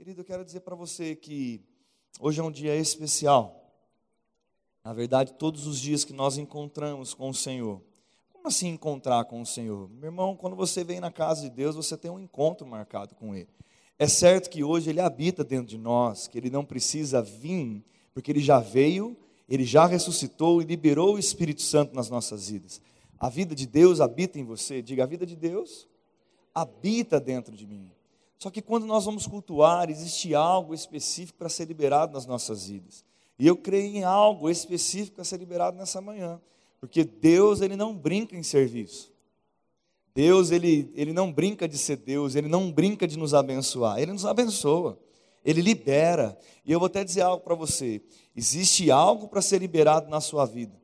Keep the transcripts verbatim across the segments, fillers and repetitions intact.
Querido, eu quero dizer para você que hoje é um dia especial. Na verdade, todos os dias que nós encontramos com o Senhor. Como assim encontrar com o Senhor? Meu irmão, quando você vem na casa de Deus, você tem um encontro marcado com Ele. É certo que hoje Ele habita dentro de nós, que Ele não precisa vir, porque Ele já veio, Ele já ressuscitou e liberou o Espírito Santo nas nossas vidas. A vida de Deus habita em você. Diga, a vida de Deus habita dentro de mim. Só que quando nós vamos cultuar, existe algo específico para ser liberado nas nossas vidas. E eu creio em algo específico para ser liberado nessa manhã. Porque Deus, Ele não brinca em serviço. Deus, Ele, Ele não brinca de ser Deus, Ele não brinca de nos abençoar. Ele nos abençoa, Ele libera. E eu vou até dizer algo para você. Existe algo para ser liberado na sua vida.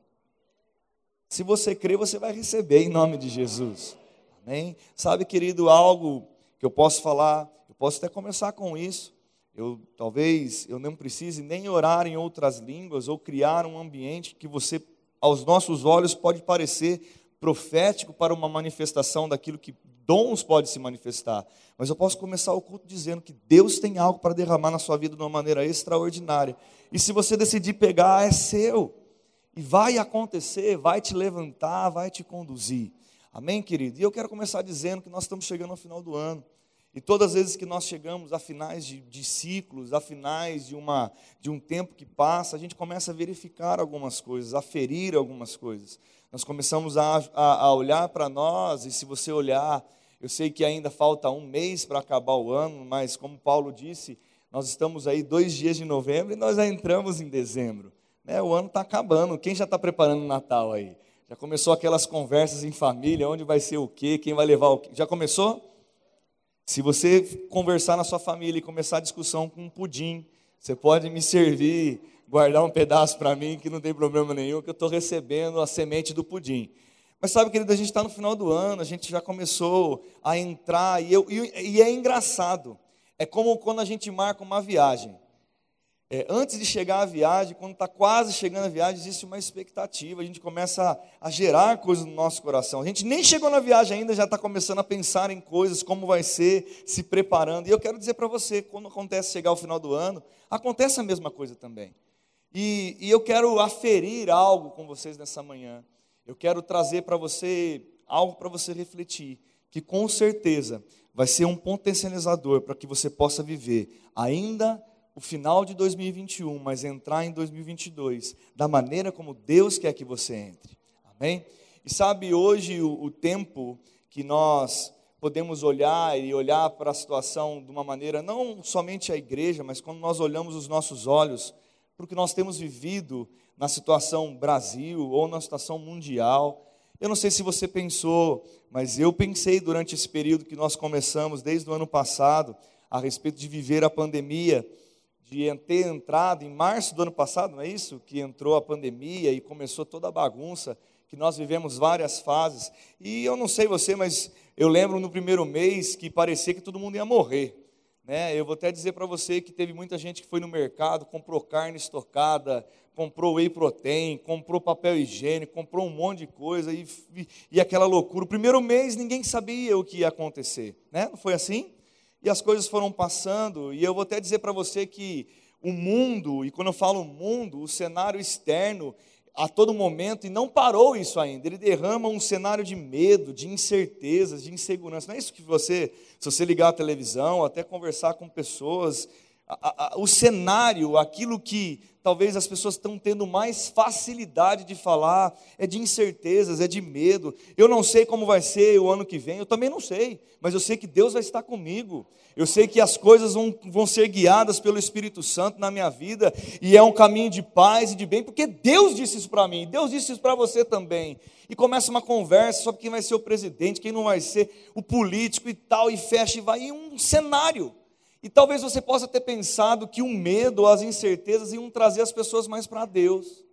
Se você crer, você vai receber em nome de Jesus. Amém? Sabe, querido, algo que eu posso falar, eu posso até começar com isso. Eu, talvez eu não precise nem orar em outras línguas ou criar um ambiente que você, aos nossos olhos, pode parecer profético para uma manifestação daquilo que dons pode se manifestar. Mas eu posso começar o culto dizendo que Deus tem algo para derramar na sua vida de uma maneira extraordinária. E se você decidir pegar, é seu. E vai acontecer, vai te levantar, vai te conduzir. Amém, querido? E eu quero começar dizendo que nós estamos chegando ao final do ano. E todas as vezes que nós chegamos a finais de, de ciclos, a finais de, uma, de um tempo que passa, a gente começa a verificar algumas coisas, a ferir algumas coisas. Nós começamos a, a, a olhar para nós, e se você olhar, eu sei que ainda falta um mês para acabar o ano, mas como Paulo disse, nós estamos aí dois dias de novembro e nós já entramos em dezembro. Né? O ano está acabando, quem já está preparando o Natal aí? Já começou aquelas conversas em família, onde vai ser o quê, quem vai levar o quê? Já começou? Se você conversar na sua família e começar a discussão com um pudim, você pode me servir, guardar um pedaço para mim, que não tem problema nenhum, que eu estou recebendo a semente do pudim. Mas sabe, querido, a gente está no final do ano, a gente já começou a entrar, e, eu, e, e é engraçado, é como quando a gente marca uma viagem. É, antes de chegar à viagem, quando está quase chegando a viagem, existe uma expectativa, a gente começa a, a gerar coisas no nosso coração. A gente nem chegou na viagem ainda, já está começando a pensar em coisas, como vai ser, se preparando. E eu quero dizer para você, quando acontece chegar ao final do ano, acontece a mesma coisa também. E, e eu quero aferir algo com vocês nessa manhã. Eu quero trazer para você algo para você refletir, que com certeza vai ser um potencializador para que você possa viver ainda o final de dois mil e vinte e um, mas entrar em dois mil e vinte e dois da maneira como Deus quer que você entre. Amém? E sabe, hoje o, o tempo que nós podemos olhar e olhar para a situação de uma maneira, não somente a igreja, mas quando nós olhamos os nossos olhos para o que nós temos vivido na situação Brasil ou na situação mundial. Eu não sei se você pensou, mas eu pensei durante esse período que nós começamos, desde o ano passado, a respeito de viver a pandemia, de ter entrado em março do ano passado, não é isso? Que entrou a pandemia e começou toda a bagunça, que nós vivemos várias fases. E eu não sei você, mas eu lembro no primeiro mês que parecia que todo mundo ia morrer. Né? Eu vou até dizer para você que teve muita gente que foi no mercado, comprou carne estocada, comprou whey protein, comprou papel higiênico, comprou um monte de coisa e, e, e aquela loucura. O primeiro mês ninguém sabia o que ia acontecer. Né? Não foi assim? E as coisas foram passando, e eu vou até dizer para você que o mundo, e quando eu falo mundo, o cenário externo, a todo momento, e não parou isso ainda, ele derrama um cenário de medo, de incertezas, de insegurança. Não é isso que você, se você ligar a televisão, até conversar com pessoas, a, a, o cenário, aquilo que talvez as pessoas estão tendo mais facilidade de falar, é de incertezas, é de medo. Eu não sei como vai ser o ano que vem, eu também não sei, mas eu sei que Deus vai estar comigo. Eu sei que as coisas vão, vão ser guiadas pelo Espírito Santo na minha vida, e é um caminho de paz e de bem, porque Deus disse isso para mim, Deus disse isso para você também. E começa uma conversa sobre quem vai ser o presidente, quem não vai ser o político e tal, e fecha e vai em um cenário. E talvez você possa ter pensado que o medo, as incertezas iam trazer as pessoas mais para Deus.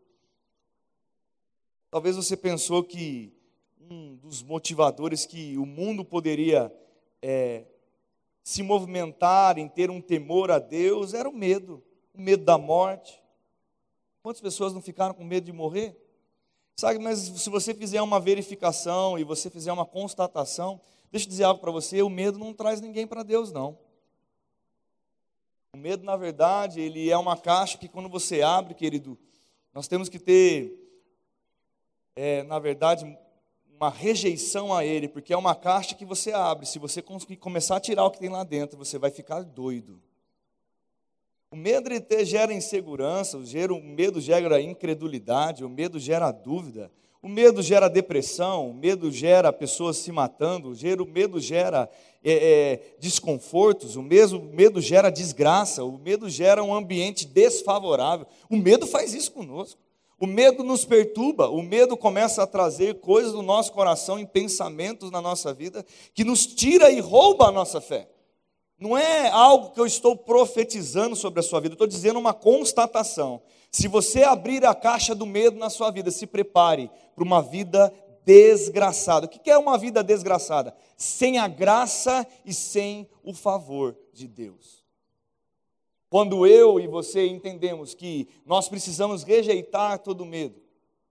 Talvez você pensou que um dos motivadores que o mundo poderia é, se movimentar em ter um temor a Deus era o medo, o medo da morte. Quantas pessoas não ficaram com medo de morrer? Sabe, mas se você fizer uma verificação e você fizer uma constatação, deixa eu dizer algo para você, o medo não traz ninguém para Deus, não. O medo, na verdade, ele é uma caixa que quando você abre, querido, nós temos que ter, é, na verdade, uma rejeição a ele, porque é uma caixa que você abre. Se você conseguir começar a tirar o que tem lá dentro, você vai ficar doido. O medo ele gera insegurança, o medo gera incredulidade, o medo gera dúvida, o medo gera depressão, o medo gera pessoas se matando, o medo gera é, é, desconfortos, o medo, o medo gera desgraça, o medo gera um ambiente desfavorável. O medo faz isso conosco. O medo nos perturba, o medo começa a trazer coisas do nosso coração, em pensamentos na nossa vida, que nos tira e rouba a nossa fé. Não é algo que eu estou profetizando sobre a sua vida, eu estou dizendo uma constatação. Se você abrir a caixa do medo na sua vida, se prepare para uma vida desgraçada. O que é uma vida desgraçada? Sem a graça e sem o favor de Deus. Quando eu e você entendemos que nós precisamos rejeitar todo medo,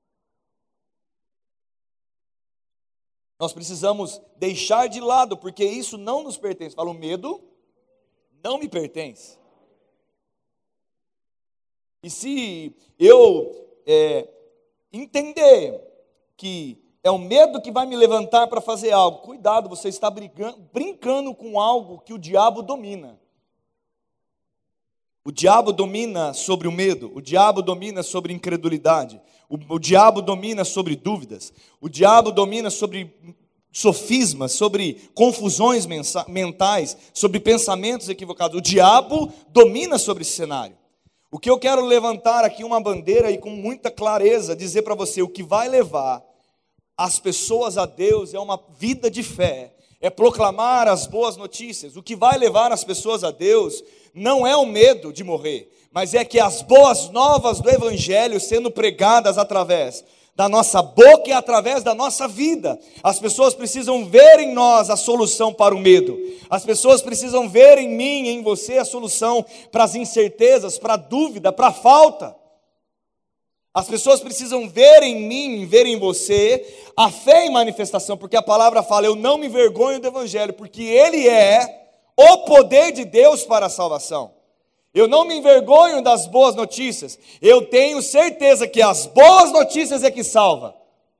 nós precisamos deixar de lado, porque isso não nos pertence. Fala, o medo não me pertence. E se eu é, entender que é o medo que vai me levantar para fazer algo, cuidado, você está brigando, brincando com algo que o diabo domina. O diabo domina sobre o medo, o diabo domina sobre incredulidade, o, o diabo domina sobre dúvidas, o diabo domina sobre sofismas, sobre confusões mentais, sobre pensamentos equivocados. O diabo domina sobre esse cenário. O que eu quero levantar aqui uma bandeira e com muita clareza dizer para você, o que vai levar as pessoas a Deus é uma vida de fé, é proclamar as boas notícias. O que vai levar as pessoas a Deus não é o medo de morrer, mas é que as boas novas do Evangelho sendo pregadas através da nossa boca e através da nossa vida. As pessoas precisam ver em nós a solução para o medo. As pessoas precisam ver em mim, em você, a solução para as incertezas, para a dúvida, para a falta. As pessoas precisam ver em mim, ver em você, a fé em manifestação, porque a palavra fala, eu não me envergonho do Evangelho, porque ele é o poder de Deus para a salvação. Eu não me envergonho das boas notícias, eu tenho certeza que as boas notícias é que salva.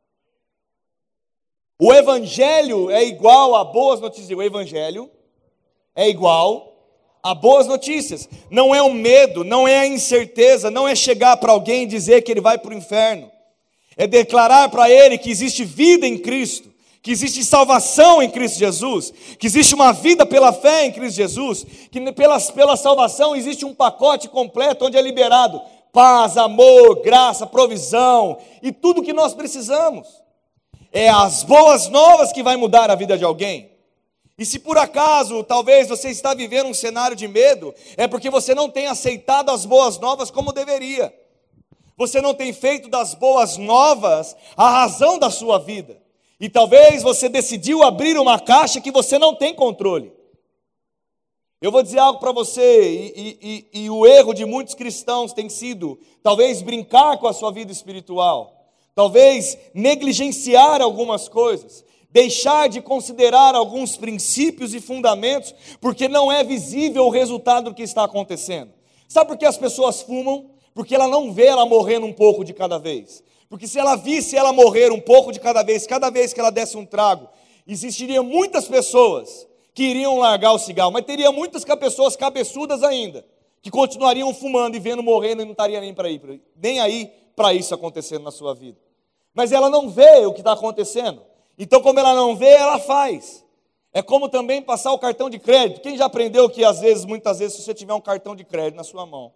O Evangelho é igual a boas notícias, o Evangelho é igual a boas notícias. Não é o medo, não é a incerteza, não é chegar para alguém e dizer que ele vai para o inferno. É declarar para ele que existe vida em Cristo, que existe salvação em Cristo Jesus, que existe uma vida pela fé em Cristo Jesus, que pela, pela salvação existe um pacote completo onde é liberado paz, amor, graça, provisão e tudo que nós precisamos. É as boas novas que vai mudar a vida de alguém. E se por acaso, talvez você está vivendo um cenário de medo, é porque você não tem aceitado as boas novas como deveria. Você não tem feito das boas novas a razão da sua vida. E talvez você decidiu abrir uma caixa que você não tem controle. Eu vou dizer algo para você, e, e, e, e o erro de muitos cristãos tem sido, talvez brincar com a sua vida espiritual, talvez negligenciar algumas coisas, deixar de considerar alguns princípios e fundamentos, porque não é visível o resultado do que está acontecendo. Sabe por que as pessoas fumam? Porque ela não vê ela morrendo um pouco de cada vez. Porque se ela visse ela morrer um pouco de cada vez, cada vez que ela desse um trago, existiriam muitas pessoas que iriam largar o cigarro, mas teria muitas pessoas cabeçudas ainda, que continuariam fumando e vendo morrendo e não estaria nem, para ir, nem aí para isso acontecendo na sua vida. Mas ela não vê o que está acontecendo. Então, como ela não vê, ela faz. É como também passar o cartão de crédito. Quem já aprendeu que às vezes, muitas vezes, se você tiver um cartão de crédito na sua mão,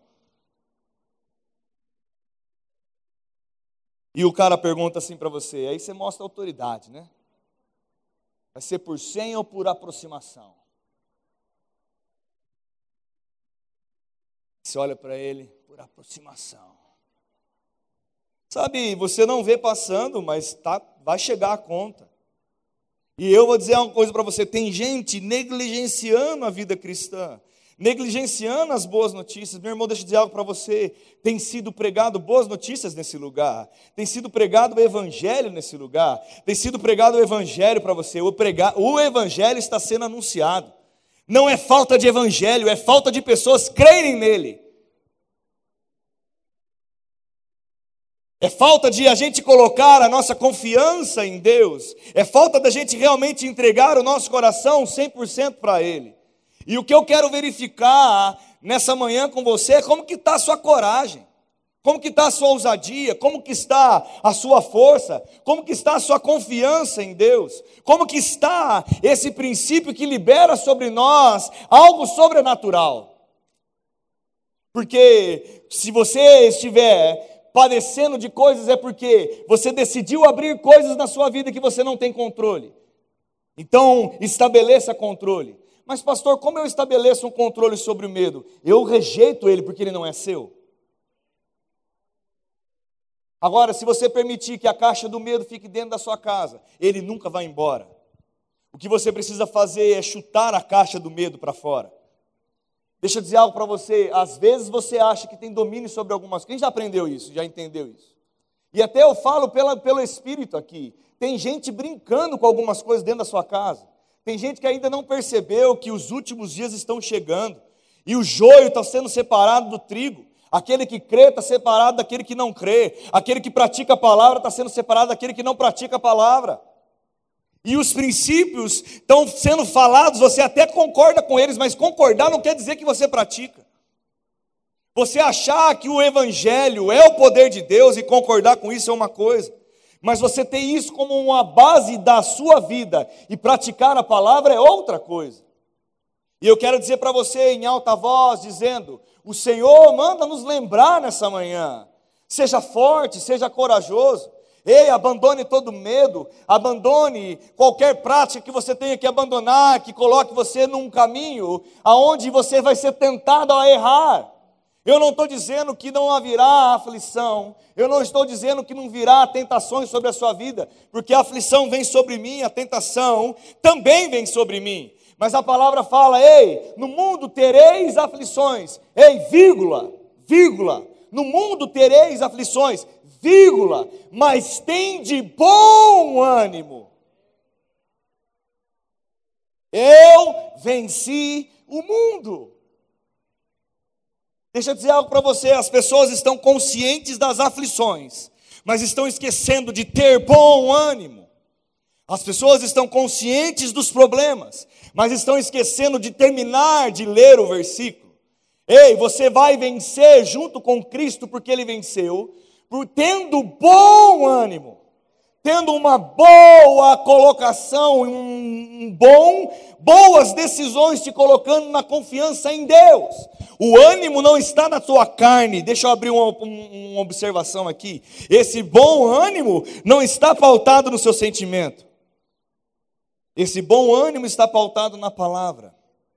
e o cara pergunta assim para você, aí você mostra a autoridade, né? Vai ser por cem ou por aproximação? Você olha para ele, por aproximação. Sabe, você não vê passando, mas tá, vai chegar a conta. E eu vou dizer uma coisa para você, tem gente negligenciando a vida cristã, negligenciando as boas notícias. Meu irmão, deixa eu dizer algo para você, tem sido pregado boas notícias nesse lugar, tem sido pregado o evangelho nesse lugar, tem sido pregado o evangelho para você, o, prega, o evangelho está sendo anunciado. Não é falta de evangelho, é falta de pessoas crerem nele. É falta de a gente colocar a nossa confiança em Deus. É falta da gente realmente entregar o nosso coração cem por cento para Ele. E o que eu quero verificar nessa manhã com você é como que está a sua coragem. Como que está a sua ousadia? Como que está a sua força? Como que está a sua confiança em Deus? Como que está esse princípio que libera sobre nós algo sobrenatural? Porque se você estiver padecendo de coisas é porque você decidiu abrir coisas na sua vida que você não tem controle. Então, estabeleça controle. Mas pastor, como eu estabeleço um controle sobre o medo? Eu rejeito ele porque ele não é seu. Agora, se você permitir que a caixa do medo fique dentro da sua casa, ele nunca vai embora. O que você precisa fazer é chutar a caixa do medo para fora. Deixa eu dizer algo para você, às vezes você acha que tem domínio sobre algumas coisas. Quem já aprendeu isso, já entendeu isso? E até eu falo pela, pelo Espírito aqui, tem gente brincando com algumas coisas dentro da sua casa. Tem gente que ainda não percebeu que os últimos dias estão chegando, e o joio está sendo separado do trigo. Aquele que crê está separado daquele que não crê. Aquele que pratica a palavra está sendo separado daquele que não pratica a palavra. E os princípios estão sendo falados, você até concorda com eles, mas concordar não quer dizer que você pratica. Você achar que o evangelho é o poder de Deus e concordar com isso é uma coisa, mas você ter isso como uma base da sua vida e praticar a palavra é outra coisa. E eu quero dizer para você em alta voz, dizendo, o Senhor manda nos lembrar nessa manhã, seja forte, seja corajoso. Ei, abandone todo medo, abandone qualquer prática que você tenha que abandonar, que coloque você num caminho aonde você vai ser tentado a errar. Eu não estou dizendo que não haverá aflição, eu não estou dizendo que não virá tentações sobre a sua vida, porque a aflição vem sobre mim, a tentação também vem sobre mim. Mas a palavra fala, ei, no mundo tereis aflições, ei, vírgula, vírgula, no mundo tereis aflições, vírgula, mas tem de bom ânimo. Eu venci o mundo. Deixa eu dizer algo para você, as pessoas estão conscientes das aflições, mas estão esquecendo de ter bom ânimo. As pessoas estão conscientes dos problemas, mas estão esquecendo de terminar de ler o versículo. Ei, você vai vencer junto com Cristo porque Ele venceu, por tendo bom ânimo, tendo uma boa colocação, um, um bom, boas decisões, te colocando na confiança em Deus. O ânimo não está na tua carne. Deixa eu abrir uma, uma observação aqui. Esse bom ânimo não está pautado no seu sentimento. Esse bom ânimo está pautado na palavra.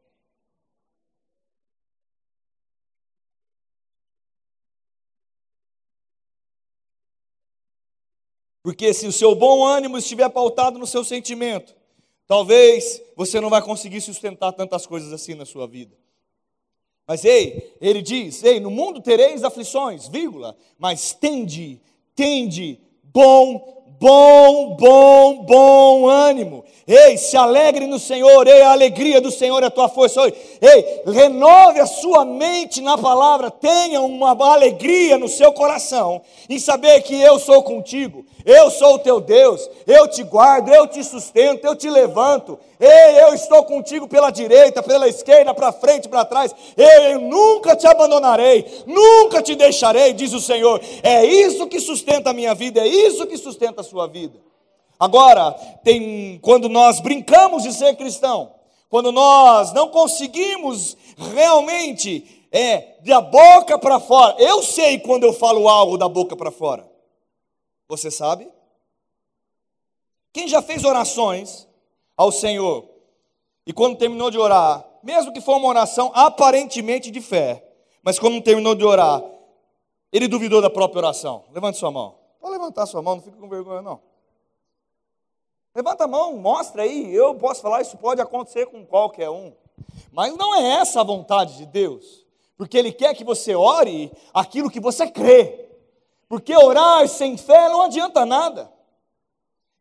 Porque se o seu bom ânimo estiver pautado no seu sentimento, talvez você não vai conseguir sustentar tantas coisas assim na sua vida. Mas ei, ele diz, ei, no mundo tereis aflições, vírgula, mas tende, tende, bom, bom, bom, bom ânimo. Ei, se alegre no Senhor, ei, a alegria do Senhor é a tua força. Ei, renove a sua mente na palavra, tenha uma alegria no seu coração, em saber que eu sou contigo, eu sou o teu Deus, eu te guardo, eu te sustento, eu te levanto. Ei, eu estou contigo pela direita, pela esquerda, para frente, para trás. Ei, eu nunca te abandonarei, nunca te deixarei, diz o Senhor. É isso que sustenta a minha vida, é isso que sustenta a sua vida. Agora, tem, quando nós brincamos de ser cristão, quando nós não conseguimos realmente, é, da boca para fora. Eu sei quando eu falo algo da boca para fora. Você sabe? Quem já fez orações ao Senhor, e quando terminou de orar, mesmo que for uma oração aparentemente de fé, mas quando terminou de orar, ele duvidou da própria oração? Levante sua mão. Pode levantar sua mão, não fica com vergonha não. Levanta a mão, mostra aí, eu posso falar, isso pode acontecer com qualquer um. Mas não é essa a vontade de Deus, porque Ele quer que você ore aquilo que você crê, porque orar sem fé não adianta nada.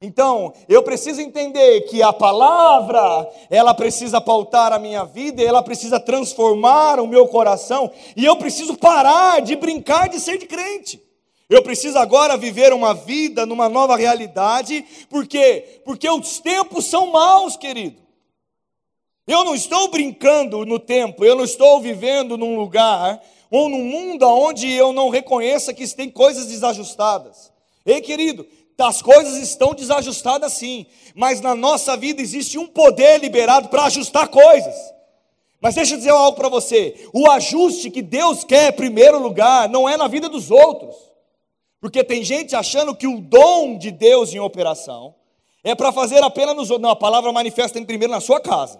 Então, eu preciso entender que a palavra, ela precisa pautar a minha vida, ela precisa transformar o meu coração, e eu preciso parar de brincar de ser de crente. Eu preciso agora viver uma vida numa nova realidade, por quê? Porque os tempos são maus, querido. Eu não estou brincando no tempo, eu não estou vivendo num lugar ou num mundo onde eu não reconheça que tem coisas desajustadas. Ei, querido, as coisas estão desajustadas sim, mas na nossa vida existe um poder liberado para ajustar coisas. Mas deixa eu dizer algo para você, o ajuste que Deus quer em primeiro lugar não é na vida dos outros, porque tem gente achando que o dom de Deus em operação é para fazer apenas nos outros. Não, a palavra manifesta em primeiro na sua casa,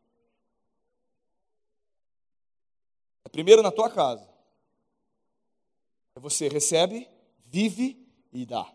é primeiro na tua casa, você recebe, vive e dá.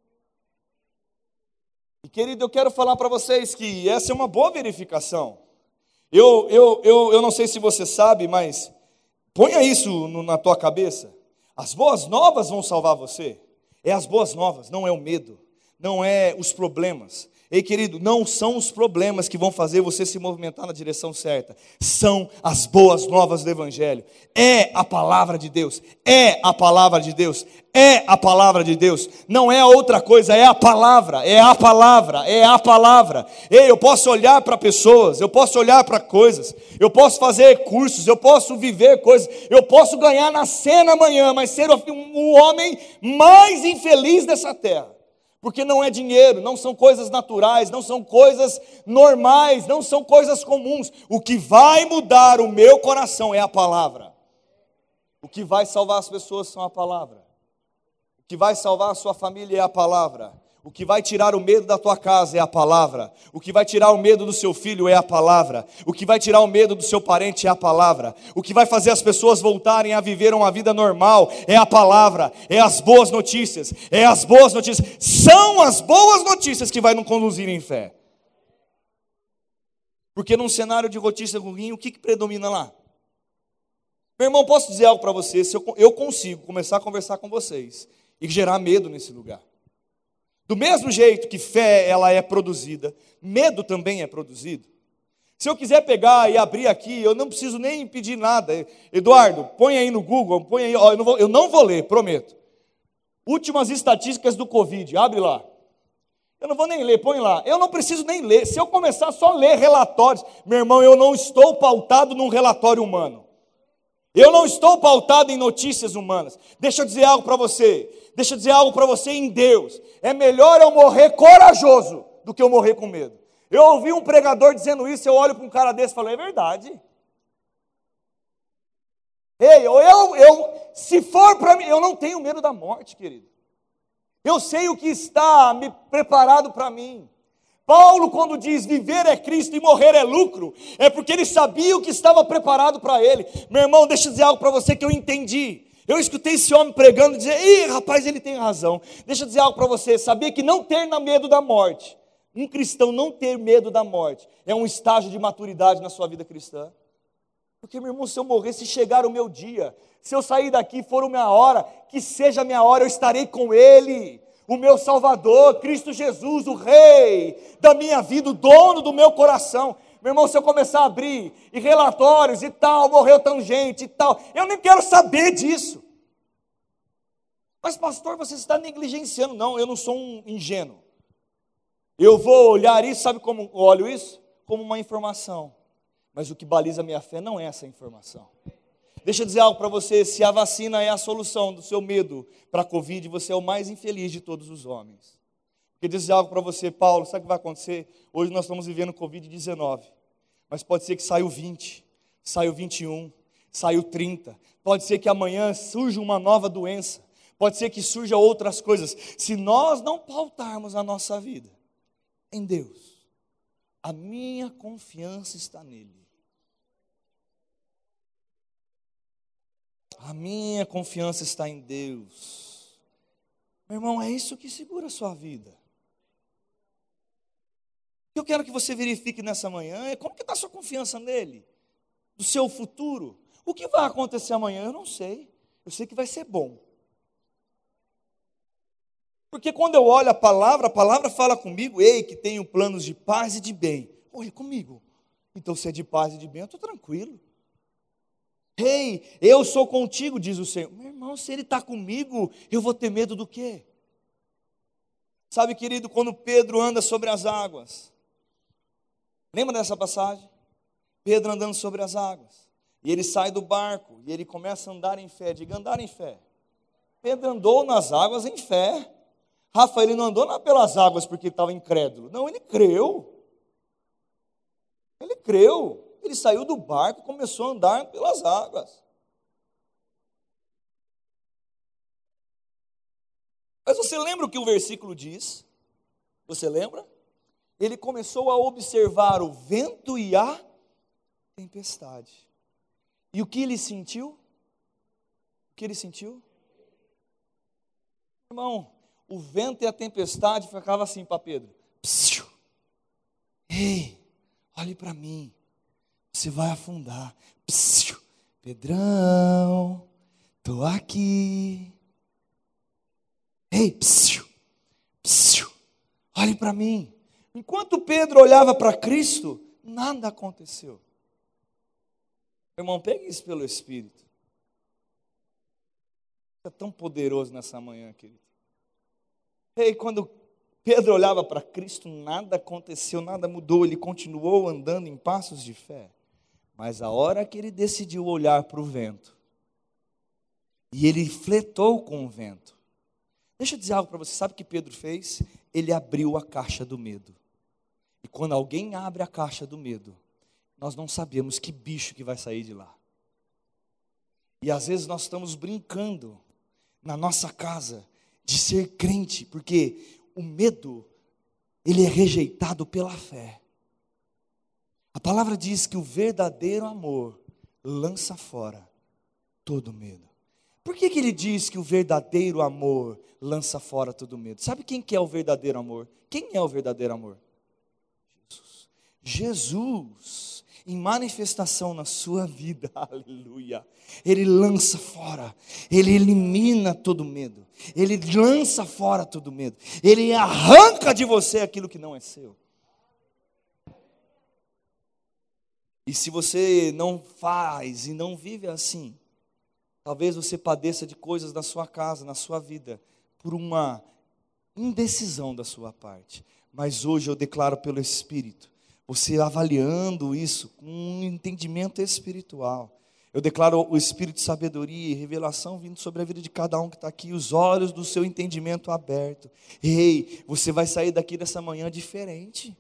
E querido, eu quero falar para vocês que essa é uma boa verificação. Eu, eu, eu, eu não sei se você sabe, mas ponha isso no, na tua cabeça. As boas novas vão salvar você. É as boas novas, não é o medo, não é os problemas. Ei, querido, não são os problemas que vão fazer você se movimentar na direção certa. São as boas novas do Evangelho. É a palavra de Deus. É a palavra de Deus. É a palavra de Deus. Não é outra coisa, é a palavra. É a palavra. É a palavra. Ei, eu posso olhar para pessoas, eu posso olhar para coisas, eu posso fazer cursos, eu posso viver coisas, eu posso ganhar na cena amanhã, mas ser o homem mais infeliz dessa terra. Porque não é dinheiro, não são coisas naturais, não são coisas normais, não são coisas comuns. O que vai mudar o meu coração é a palavra. O que vai salvar as pessoas são a palavra. O que vai salvar a sua família é a palavra. O que vai tirar o medo da tua casa é a palavra. O que vai tirar o medo do seu filho é a palavra. O que vai tirar o medo do seu parente é a palavra. O que vai fazer as pessoas voltarem a viver uma vida normal é a palavra. É as boas notícias. É as boas notícias. São as boas notícias que vai nos conduzir em fé. Porque num cenário de notícia ruim, o que, que predomina lá? Meu irmão, posso dizer algo para você? Se eu, eu consigo começar a conversar com vocês e gerar medo nesse lugar. Do mesmo jeito que fé ela é produzida, medo também é produzido. Se eu quiser pegar e abrir aqui, eu não preciso nem pedir nada. Eduardo, põe aí no Google, põe aí, ó, eu, não vou, eu não vou ler, prometo. Últimas estatísticas do Covid, abre lá. Eu não vou nem ler, põe lá. Eu não preciso nem ler. Se eu começar só a ler relatórios, meu irmão, eu não estou pautado num relatório humano. Eu não estou pautado em notícias humanas. Deixa eu dizer algo para você. Deixa eu dizer algo para você em Deus. É melhor eu morrer corajoso do que eu morrer com medo. Eu ouvi um pregador dizendo isso, eu olho para um cara desse e falo, é verdade. Ei, eu, eu, eu se for para mim, eu não tenho medo da morte, querido. Eu sei o que está me preparado para mim. Paulo, quando diz viver é Cristo e morrer é lucro, é porque ele sabia o que estava preparado para ele. Meu irmão, deixa eu dizer algo para você que eu entendi. Eu escutei esse homem pregando e dizer, ih, rapaz, ele tem razão. Deixa eu dizer algo para você, sabia que não ter medo da morte, um cristão não ter medo da morte, é um estágio de maturidade na sua vida cristã. Porque, meu irmão, se eu morrer, se chegar o meu dia, se eu sair daqui e for a minha hora, que seja a minha hora, eu estarei com Ele. O meu Salvador, Cristo Jesus, o Rei da minha vida, o dono do meu coração. Meu irmão, se eu começar a abrir e relatórios e tal, morreu tão gente e tal, eu nem quero saber disso. Mas pastor, você está negligenciando. Não, eu não sou um ingênuo. Eu vou olhar isso, sabe como olho isso? Como uma informação. Mas o que baliza a minha fé não é essa informação. Deixa eu dizer algo para você, se a vacina é a solução do seu medo para a Covid, você é o mais infeliz de todos os homens. Porque dizer algo para você, Paulo, sabe o que vai acontecer? Hoje nós estamos vivendo covid dezenove, mas pode ser que saia o vinte, saia o vinte e um, saia o trinta, pode ser que amanhã surja uma nova doença, pode ser que surja outras coisas. Se nós não pautarmos a nossa vida em Deus, a minha confiança está nele. A minha confiança está em Deus. Meu irmão, é isso que segura a sua vida. O que eu quero que você verifique nessa manhã é como que está a sua confiança nele, do seu futuro. O que vai acontecer amanhã, eu não sei. Eu sei que vai ser bom. Porque quando eu olho a palavra, a palavra fala comigo, ei, que tenho planos de paz e de bem. Olha comigo. Então, se é de paz e de bem, eu estou tranquilo. Ei, eu sou contigo, diz o Senhor. Meu irmão, se Ele está comigo, eu vou ter medo do quê? Sabe, querido, quando Pedro anda sobre as águas, lembra dessa passagem? Pedro andando sobre as águas, e ele sai do barco, e ele começa a andar em fé. Diga, andar em fé. Pedro andou nas águas em fé. Rafa, ele não andou pelas águas porque ele estava incrédulo. Não, ele creu. Ele creu. Ele saiu do barco e começou a andar pelas águas. Mas você lembra o que o versículo diz? Você lembra? Ele começou a observar o vento e a tempestade. E o que ele sentiu? O que ele sentiu? Irmão, o vento e a tempestade ficavam assim para Pedro. Psiu. Ei, olhe para mim. Você vai afundar. Psiu. Pedrão, estou aqui. Ei, psiu, psiu, olhe para mim. Enquanto Pedro olhava para Cristo, nada aconteceu. Irmão, pegue isso pelo Espírito. É tão poderoso nessa manhã, querido. Ei, quando Pedro olhava para Cristo, nada aconteceu, nada mudou. Ele continuou andando em passos de fé. Mas a hora que ele decidiu olhar para o vento, e ele fletou com o vento. Deixa eu dizer algo para você, sabe o que Pedro fez? Ele abriu a caixa do medo. E quando alguém abre a caixa do medo, nós não sabemos que bicho que vai sair de lá. E às vezes nós estamos brincando na nossa casa de ser crente, porque o medo, ele é rejeitado pela fé. A palavra diz que o verdadeiro amor lança fora todo medo. Por que que ele diz que o verdadeiro amor lança fora todo medo? Sabe quem que é o verdadeiro amor? Quem é o verdadeiro amor? Jesus. Jesus, em manifestação na sua vida, aleluia, Ele lança fora, Ele elimina todo medo, Ele lança fora todo medo, Ele arranca de você aquilo que não é seu. E se você não faz e não vive assim, talvez você padeça de coisas na sua casa, na sua vida, por uma indecisão da sua parte. Mas hoje eu declaro pelo Espírito, você avaliando isso com um entendimento espiritual. Eu declaro o Espírito de sabedoria e revelação vindo sobre a vida de cada um que está aqui, os olhos do seu entendimento aberto. Ei, você vai sair daqui dessa manhã diferente.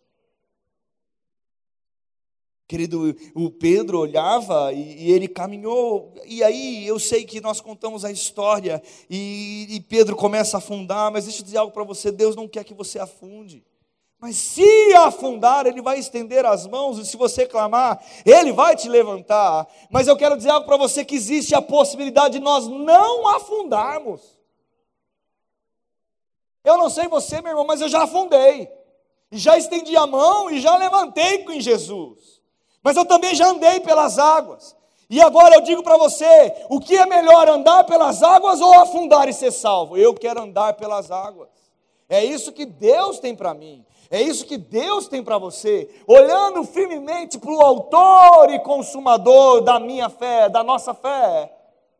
Querido, o Pedro olhava e, e ele caminhou, e aí eu sei que nós contamos a história, e, e Pedro começa a afundar, mas deixa eu dizer algo para você, Deus não quer que você afunde, mas se afundar, Ele vai estender as mãos, e se você clamar, Ele vai te levantar. Mas eu quero dizer algo para você, que existe a possibilidade de nós não afundarmos. Eu não sei você, meu irmão, mas eu já afundei, e já estendi a mão, e já levantei com Jesus. Mas eu também já andei pelas águas. E agora eu digo para você, o que é melhor, andar pelas águas ou afundar e ser salvo? Eu quero andar pelas águas. É isso que Deus tem para mim. É isso que Deus tem para você. Olhando firmemente para o autor e consumador da minha fé, da nossa fé.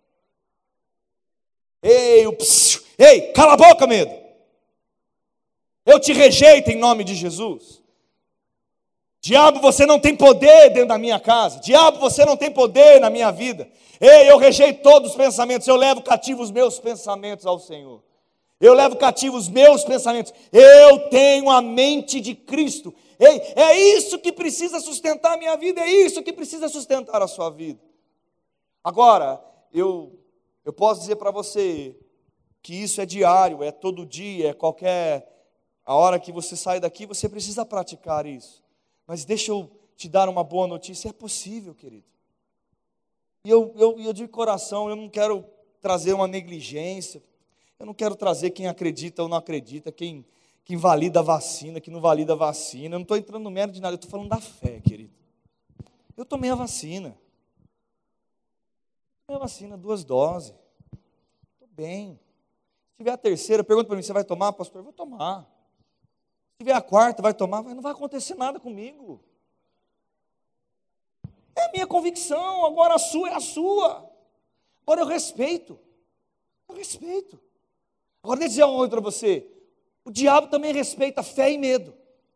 Ei, o psiu, ei, cala a boca, medo. Eu te rejeito em nome de Jesus. Diabo, você não tem poder dentro da minha casa. Diabo, você não tem poder na minha vida. Ei, eu rejeito todos os pensamentos. Eu levo cativo os meus pensamentos ao Senhor. Eu levo cativo os meus pensamentos. Eu tenho a mente de Cristo. Ei, é isso que precisa sustentar a minha vida. É isso que precisa sustentar a sua vida. Agora, eu, eu posso dizer para você que isso é diário, é todo dia, é qualquer... A hora que você sai daqui, você precisa praticar isso. Mas deixa eu te dar uma boa notícia, é possível, querido. E eu, eu, eu de coração, eu não quero trazer uma negligência, eu não quero trazer quem acredita ou não acredita, quem, quem valida a vacina, quem não valida a vacina, eu não estou entrando no mérito de nada, eu estou falando da fé, querido. Eu tomei a vacina, tomei a vacina, duas doses, estou bem, tiver a terceira, pergunta para mim, você vai tomar, pastor? Eu vou tomar. Se tiver a quarta, vai tomar? Não vai acontecer nada comigo. É a minha convicção, agora a sua é a sua. Agora eu respeito. Eu respeito. Agora deixa eu dizer uma coisa para você. O diabo também respeita fé e medo.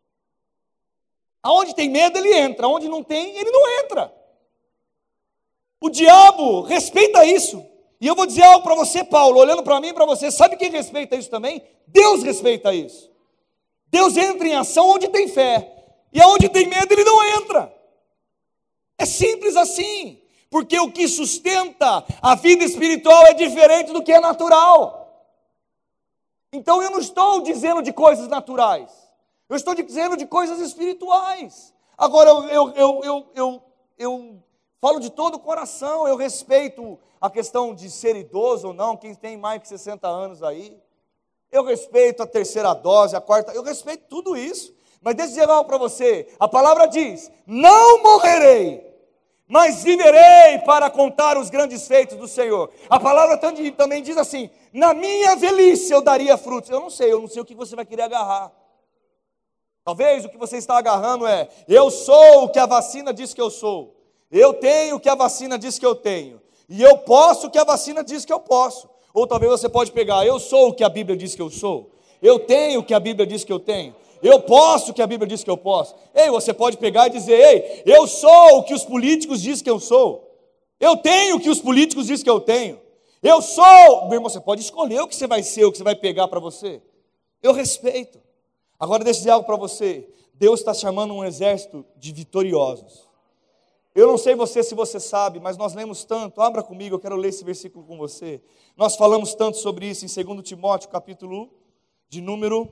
Aonde tem medo, ele entra. Aonde não tem, ele não entra. O diabo respeita isso. E eu vou dizer algo para você, Paulo, olhando para mim e para você. Sabe quem respeita isso também? Deus respeita isso. Deus entra em ação onde tem fé. E aonde tem medo, ele não entra. É simples assim. Porque o que sustenta a vida espiritual é diferente do que é natural. Então eu não estou dizendo de coisas naturais. Eu estou dizendo de coisas espirituais. Agora eu, eu, eu, eu, eu, eu falo de todo o coração. Eu respeito a questão de ser idoso ou não. Quem tem mais de sessenta anos aí. Eu respeito a terceira dose, a quarta. Eu respeito tudo isso. Mas deixa eu dizer algo para você. A palavra diz, não morrerei, mas viverei para contar os grandes feitos do Senhor. A palavra também diz assim, na minha velhice eu daria frutos. Eu não sei, eu não sei o que você vai querer agarrar. Talvez o que você está agarrando é, eu sou o que a vacina diz que eu sou. Eu tenho o que a vacina diz que eu tenho. E eu posso o que a vacina diz que eu posso. Ou talvez você pode pegar, eu sou o que a Bíblia diz que eu sou. Eu tenho o que a Bíblia diz que eu tenho. Eu posso o que a Bíblia diz que eu posso. Ei, você pode pegar e dizer, ei, eu sou o que os políticos dizem que eu sou. Eu tenho o que os políticos dizem que eu tenho. Eu sou, meu irmão, você pode escolher o que você vai ser, o que você vai pegar para você. Eu respeito. Agora deixa eu dizer algo para você. Deus está chamando um exército de vitoriosos. Eu não sei você se você sabe, mas nós lemos tanto, abra comigo, eu quero ler esse versículo com você. Nós falamos tanto sobre isso em segundo Timóteo, capítulo de número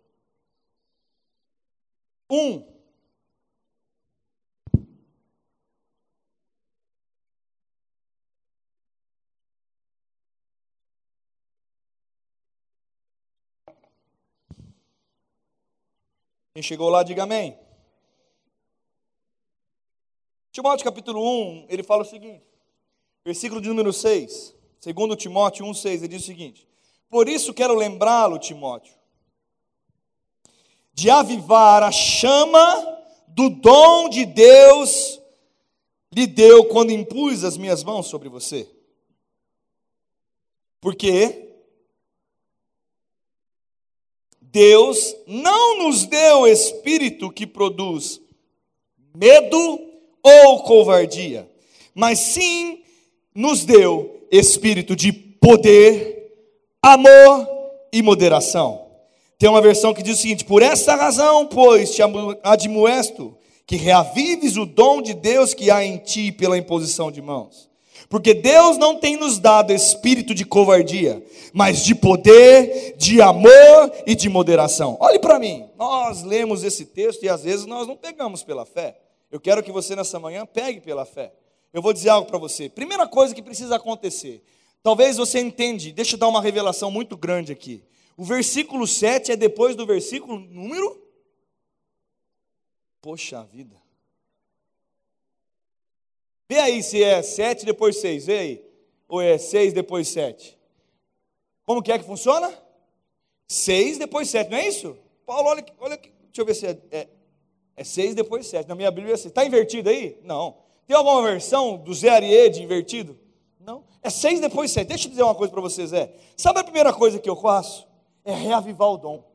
um. Quem chegou lá, diga amém. Timóteo capítulo um, ele fala o seguinte, versículo de número seis, segundo Timóteo um, seis, ele diz o seguinte, por isso quero lembrá-lo, Timóteo, de avivar a chama do dom de Deus lhe deu quando impus as minhas mãos sobre você. Porque Deus não nos deu espírito que produz medo ou covardia, mas sim nos deu espírito de poder, amor e moderação. Tem uma versão que diz o seguinte, por essa razão, pois, te admoesto que reavives o dom de Deus que há em ti pela imposição de mãos. Porque Deus não tem nos dado espírito de covardia, mas de poder, de amor e de moderação. Olhe para mim, nós lemos esse texto e às vezes nós não pegamos pela fé. Eu quero que você nessa manhã pegue pela fé. Eu vou dizer algo para você. Primeira coisa que precisa acontecer. Talvez você entende, deixa eu dar uma revelação muito grande aqui. O versículo sete é depois do versículo número? Poxa vida. Vê aí se é sete depois seis, vê aí. Ou é seis depois sete. Como que é que funciona? seis depois sete, não é isso? Paulo, olha, olha deixa eu ver se é, é, é seis depois sete. Na minha Bíblia é seis. Está invertido aí? Não. Tem alguma versão do Zé Ariede invertido? Não. É seis depois sete. Deixa eu dizer uma coisa para vocês, Zé. Sabe a primeira coisa que eu faço? É reavivar o dom.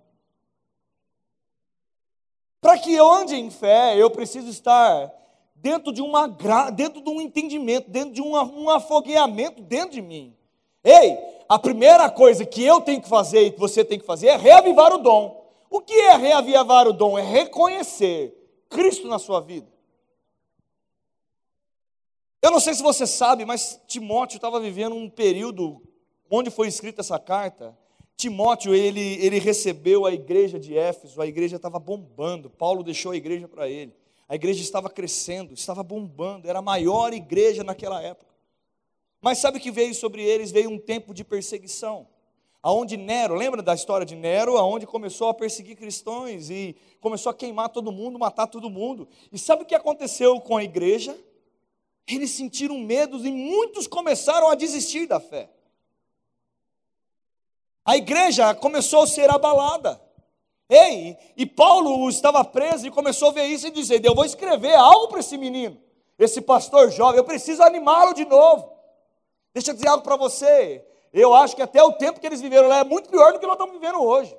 Para que eu ande em fé, eu preciso estar dentro de, uma, dentro de um entendimento, dentro de uma, um afogueamento dentro de mim. Ei, a primeira coisa que eu tenho que fazer e que você tem que fazer é reavivar o dom. O que é reavivar o dom? É reconhecer Cristo na sua vida. Eu não sei se você sabe, mas Timóteo estava vivendo um período onde foi escrita essa carta. Timóteo, ele, ele recebeu a igreja de Éfeso, a igreja estava bombando, Paulo deixou a igreja para ele. A igreja estava crescendo, estava bombando, era a maior igreja naquela época. Mas sabe o que veio sobre eles? Veio um tempo de perseguição. Aonde Nero, lembra da história de Nero? Aonde começou a perseguir cristãos e começou a queimar todo mundo, matar todo mundo. E sabe o que aconteceu com a igreja? Eles sentiram medo e muitos começaram a desistir da fé. A igreja começou a ser abalada. Ei, e Paulo estava preso e começou a ver isso e dizer: eu vou escrever algo para esse menino, esse pastor jovem, eu preciso animá-lo de novo. Deixa eu dizer algo para você, eu acho que até o tempo que eles viveram lá é muito pior do que nós estamos vivendo hoje.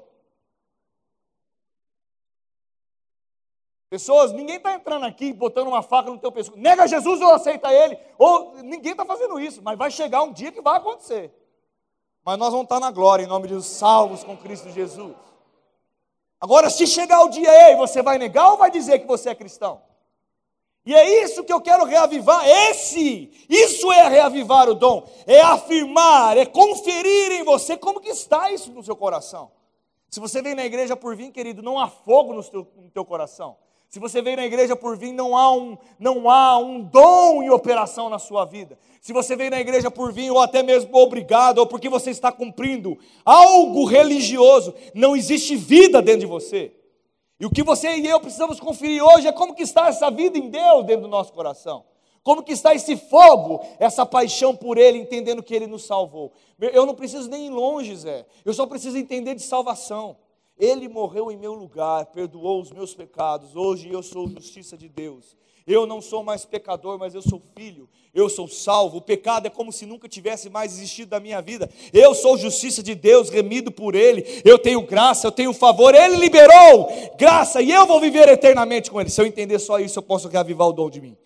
Pessoas, ninguém está entrando aqui botando uma faca no teu pescoço, nega Jesus ou aceita ele, ou ninguém está fazendo isso, mas vai chegar um dia que vai acontecer. Mas nós vamos estar na glória, em nome de Deus, salvos com Cristo Jesus. Agora, se chegar o dia, ei, você vai negar ou vai dizer que você é cristão? E é isso que eu quero reavivar, esse, isso é reavivar o dom, é afirmar, é conferir em você como que está isso no seu coração. Se você vem na igreja por vir, querido, não há fogo no teu, no teu coração. Se você veio na igreja por vir, não há, um, não há um dom em operação na sua vida. Se você veio na igreja por vir, ou até mesmo obrigado, ou porque você está cumprindo algo religioso, não existe vida dentro de você. E o que você e eu precisamos conferir hoje é como que está essa vida em Deus dentro do nosso coração. Como que está esse fogo, essa paixão por Ele, entendendo que Ele nos salvou. Eu não preciso nem ir longe, Zé. Eu só preciso entender de salvação. Ele morreu em meu lugar, perdoou os meus pecados. Hoje eu sou justiça de Deus. Eu não sou mais pecador, mas eu sou filho. Eu sou salvo. O pecado é como se nunca tivesse mais existido da minha vida. Eu sou justiça de Deus, remido por Ele. Eu tenho graça, eu tenho favor. Ele liberou graça e eu vou viver eternamente com Ele. Se eu entender só isso, eu posso reavivar o dom de mim.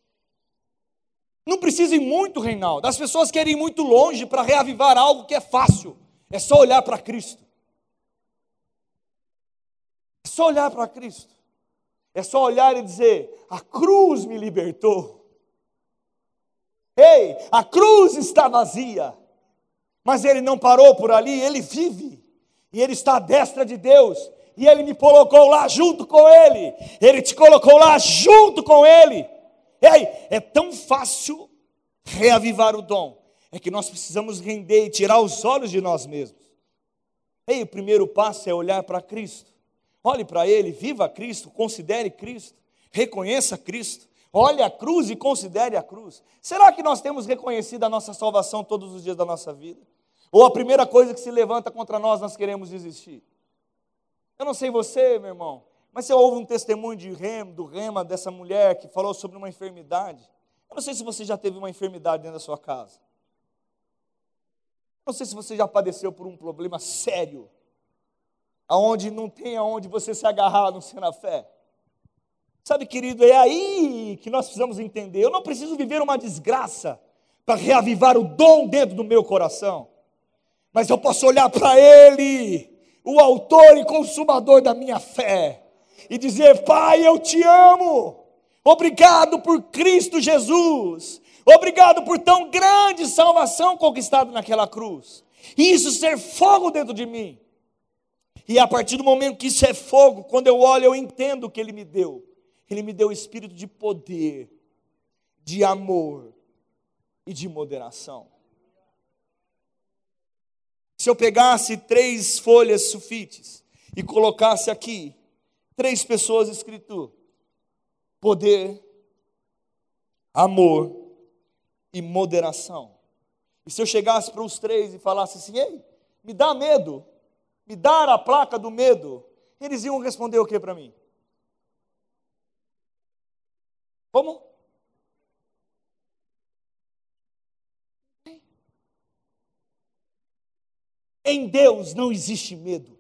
Não precisa ir muito, Reinaldo. As pessoas querem ir muito longe para reavivar algo que é fácil. É só olhar para Cristo. É só olhar para Cristo. É só olhar e dizer: a cruz me libertou. Ei, a cruz está vazia. Mas Ele não parou por ali, Ele vive. E Ele está à destra de Deus. E Ele me colocou lá junto com Ele. Ele te colocou lá junto com Ele. Ei, é tão fácil reavivar o dom. É que nós precisamos render e tirar os olhos de nós mesmos. Ei, o primeiro passo é olhar para Cristo. Olhe para Ele, viva Cristo, considere Cristo, reconheça Cristo, olhe a cruz e considere a cruz. Será que nós temos reconhecido a nossa salvação todos os dias da nossa vida? Ou a primeira coisa que se levanta contra nós, nós queremos desistir? Eu não sei você, meu irmão, mas você ouve um testemunho de Rema, do Rema, dessa mulher que falou sobre uma enfermidade. Eu não sei se você já teve uma enfermidade dentro da sua casa. Eu não sei se você já padeceu por um problema sério, aonde não tem aonde você se agarrar no ser na fé. Sabe, querido, é aí que nós precisamos entender. Eu não preciso viver uma desgraça para reavivar o dom dentro do meu coração. Mas eu posso olhar para Ele, o autor e consumador da minha fé, e dizer: Pai, eu te amo. Obrigado por Cristo Jesus. Obrigado por tão grande salvação conquistada naquela cruz. E isso ser fogo dentro de mim. E a partir do momento que isso é fogo, quando eu olho, eu entendo o que Ele me deu. Ele me deu o espírito de poder, de amor e de moderação. Se eu pegasse três folhas sulfites e colocasse aqui três pessoas escrito: poder, amor e moderação. E se eu chegasse para os três e falasse assim: ei, me dá medo, me dar a placa do medo, eles iam responder o que para mim? Como? Em Deus não existe medo.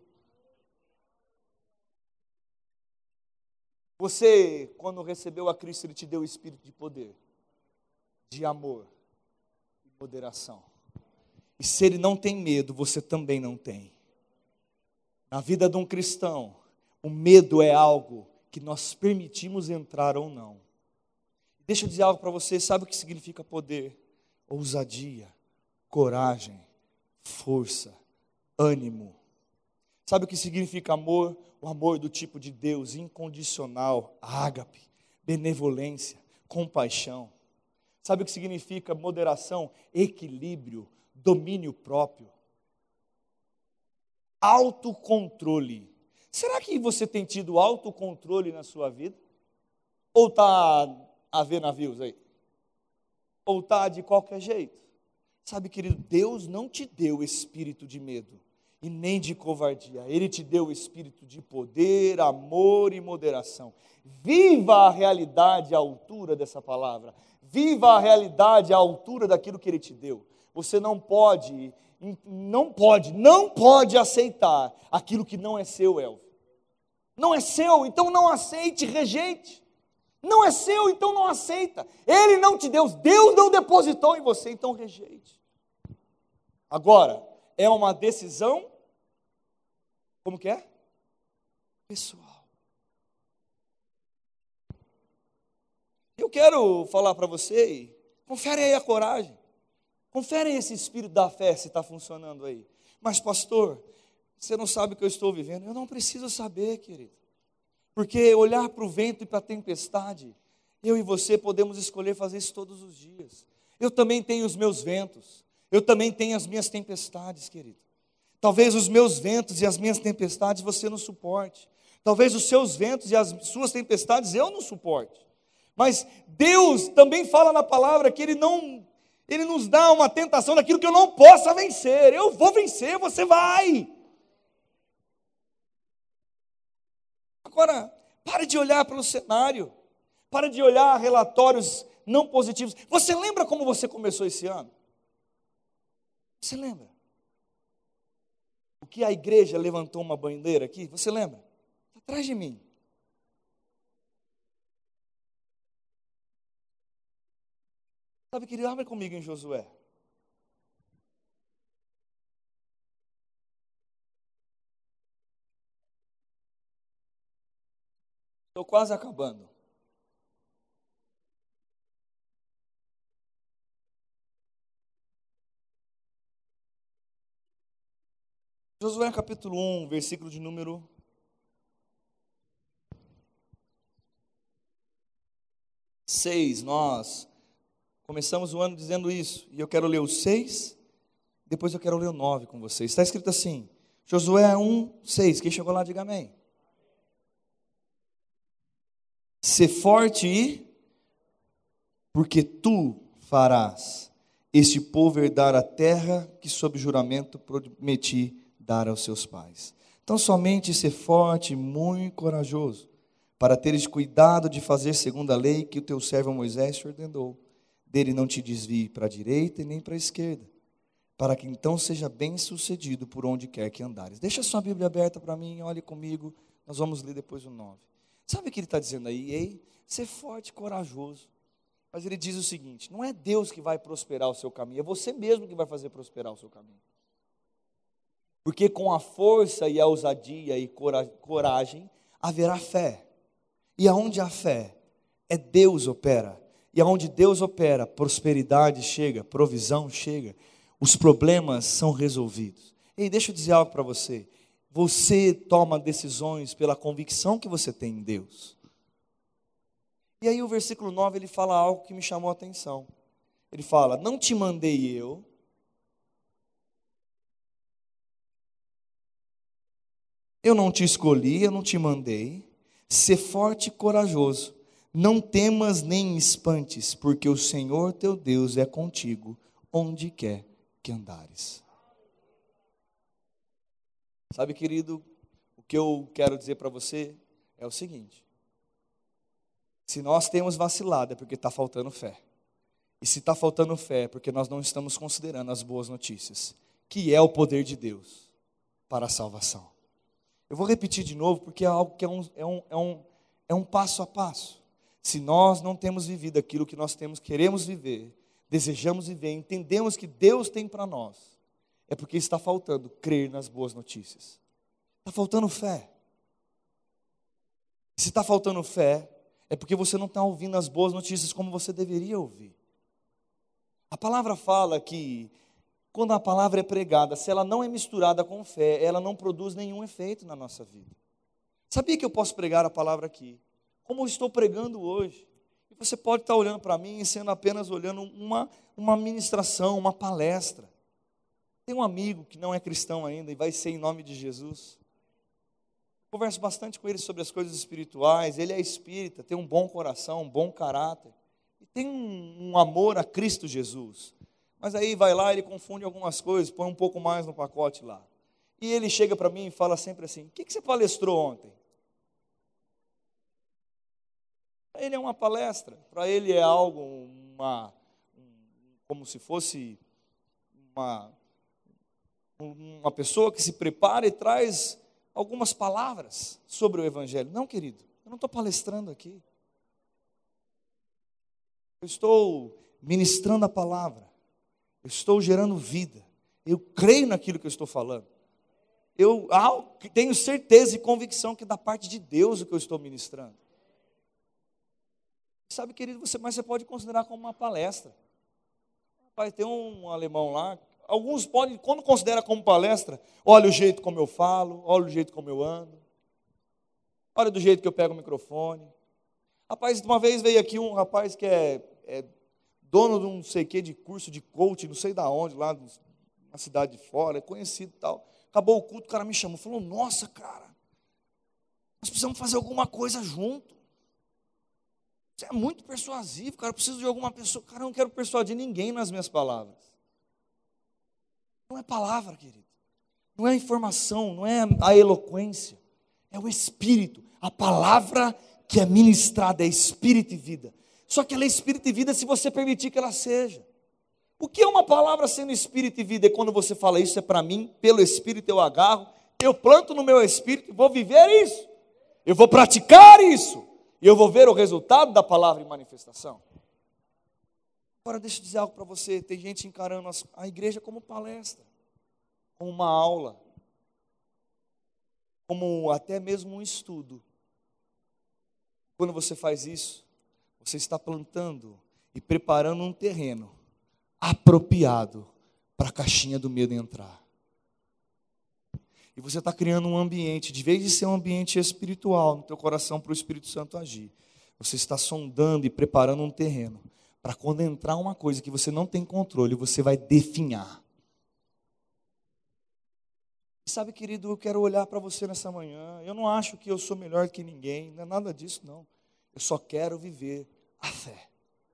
Você, quando recebeu a Cristo, Ele te deu o espírito de poder, de amor e moderação. E se Ele não tem medo, você também não tem. Na vida de um cristão, o medo é algo que nós permitimos entrar ou não. Deixa eu dizer algo para você, sabe o que significa poder? Ousadia, coragem, força, ânimo. Sabe o que significa amor? O amor do tipo de Deus, incondicional, ágape, benevolência, compaixão. Sabe o que significa moderação? Equilíbrio, domínio próprio. Autocontrole. Será que você tem tido autocontrole na sua vida? Ou está a ver navios aí? Ou está de qualquer jeito? Sabe, querido, Deus não te deu espírito de medo. e nem de covardia. Ele te deu o espírito de poder, amor e moderação. Viva a realidade à altura dessa palavra. Viva a realidade à altura daquilo que Ele te deu. Você não pode, não pode, não pode aceitar aquilo que não é seu, Elvio. Não é seu, então não aceite, rejeite. Não é seu, então não aceita. Ele não te deu, Deus não depositou em você, então rejeite. Agora, é uma decisão, como que é? Pessoal. Eu quero falar para você, confere aí a coragem, confere esse espírito da fé se está funcionando aí. Mas pastor, você não sabe o que eu estou vivendo. Eu não preciso saber, querido. Porque olhar para o vento e para a tempestade, eu e você podemos escolher fazer isso todos os dias. Eu também tenho os meus ventos, eu também tenho as minhas tempestades, querido. Talvez os meus ventos e as minhas tempestades você não suporte. Talvez os seus ventos e as suas tempestades eu não suporte. Mas Deus também fala na palavra que Ele não, Ele nos dá uma tentação daquilo que eu não possa vencer. Eu vou vencer, você vai. Agora, pare de olhar para o cenário. Pare de olhar relatórios não positivos. Você lembra como você começou esse ano? Você lembra? O que a igreja levantou uma bandeira aqui? Você lembra? Está atrás de mim. Sabe, querido, abre comigo em Josué. Estou quase acabando. Josué capítulo um, versículo de número seis. Nós começamos o ano dizendo isso, e eu quero ler o seis, depois eu quero ler o nove com vocês. Está escrito assim, Josué um, seis. Quem chegou lá, diga amém. Sê forte e, porque tu farás este povo herdar a terra que sob juramento prometi dar aos seus pais. Então somente ser forte e muito corajoso, para teres cuidado de fazer segundo a lei que o teu servo Moisés te ordenou. Dele não te desvie para a direita e nem para a esquerda, para que então seja bem sucedido por onde quer que andares. Deixa a sua Bíblia aberta para mim, olhe comigo, nós vamos ler depois o nove. Sabe o que ele está dizendo aí? Ei, ser forte e corajoso. Mas ele diz o seguinte, não é Deus que vai prosperar o seu caminho, é você mesmo que vai fazer prosperar o seu caminho. Porque com a força e a ousadia e coragem, haverá fé. E aonde há fé, é Deus opera. E aonde Deus opera, prosperidade chega, provisão chega, os problemas são resolvidos. Ei, deixa eu dizer algo para você. Você toma decisões pela convicção que você tem em Deus. E aí o versículo nove, ele fala algo que me chamou a atenção. Ele fala, não te mandei eu, eu não te escolhi, eu não te mandei, sê forte e corajoso, não temas nem espantes, porque o Senhor teu Deus é contigo, onde quer que andares. Sabe, querido, o que eu quero dizer para você é o seguinte, se nós temos vacilado é porque está faltando fé, e se está faltando fé é porque nós não estamos considerando as boas notícias, que é o poder de Deus para a salvação. Eu vou repetir de novo, porque é algo que é um, é um, é um, é um passo a passo. Se nós não temos vivido aquilo que nós temos, queremos viver, desejamos viver, entendemos que Deus tem para nós, é porque está faltando crer nas boas notícias. Está faltando fé. Se está faltando fé, é porque você não está ouvindo as boas notícias como você deveria ouvir. A palavra fala que quando a palavra é pregada, se ela não é misturada com fé, ela não produz nenhum efeito na nossa vida. Sabia que eu posso pregar a palavra aqui, como eu estou pregando hoje? E você pode estar olhando para mim e sendo apenas olhando uma, uma ministração, uma palestra. Tem um amigo que não é cristão ainda e vai ser em nome de Jesus. Converso bastante com ele sobre as coisas espirituais. Ele é espírita, tem um bom coração, um bom caráter. E tem um, um amor a Cristo Jesus. Mas aí vai lá, ele confunde algumas coisas, põe um pouco mais no pacote lá. E ele chega para mim e fala sempre assim: o que, que você palestrou ontem? Para ele é uma palestra, para ele é algo, uma, como se fosse uma, uma pessoa que se prepara e traz algumas palavras sobre o Evangelho. Não, querido, eu não estou palestrando aqui. Eu estou ministrando a palavra. Eu estou gerando vida. Eu creio naquilo que eu estou falando. Eu tenho certeza e convicção que é da parte de Deus o que eu estou ministrando. Sabe, querido, você, mas você pode considerar como uma palestra. Vai ter um alemão lá. Alguns podem, quando considera como palestra, olha o jeito como eu falo, olha o jeito como eu ando, olha do jeito que eu pego o microfone. Rapaz, uma vez veio aqui um rapaz que é, é dono de um não sei o que, de curso de coach, não sei da onde, lá na cidade de fora, é conhecido e tal. Acabou o culto, o cara me chamou, falou: nossa, cara, nós precisamos fazer alguma coisa junto. Você é muito persuasivo, cara, eu preciso de alguma pessoa. Cara, eu não quero persuadir ninguém nas minhas palavras. Não é palavra, querido. Não é a informação, não é a eloquência. É o Espírito. A palavra que é ministrada é Espírito e vida. Só que ela é Espírito e vida se você permitir que ela seja. O que é uma palavra sendo Espírito e vida? É quando você fala: isso é para mim, pelo Espírito eu agarro, eu planto no meu Espírito e vou viver isso. Eu vou praticar isso. E eu vou ver o resultado da palavra em manifestação. Agora deixa eu dizer algo para você. Tem gente encarando a igreja como palestra, como uma aula, como até mesmo um estudo. Quando você faz isso, você está plantando e preparando um terreno apropriado para a caixinha do medo entrar. E você está criando um ambiente, de vez de ser um ambiente espiritual no teu coração para o Espírito Santo agir, você está sondando e preparando um terreno para quando entrar uma coisa que você não tem controle, você vai definhar. E sabe, querido, eu quero olhar para você nessa manhã. Eu não acho que eu sou melhor que ninguém, não é nada disso, não. Eu só quero viver a fé.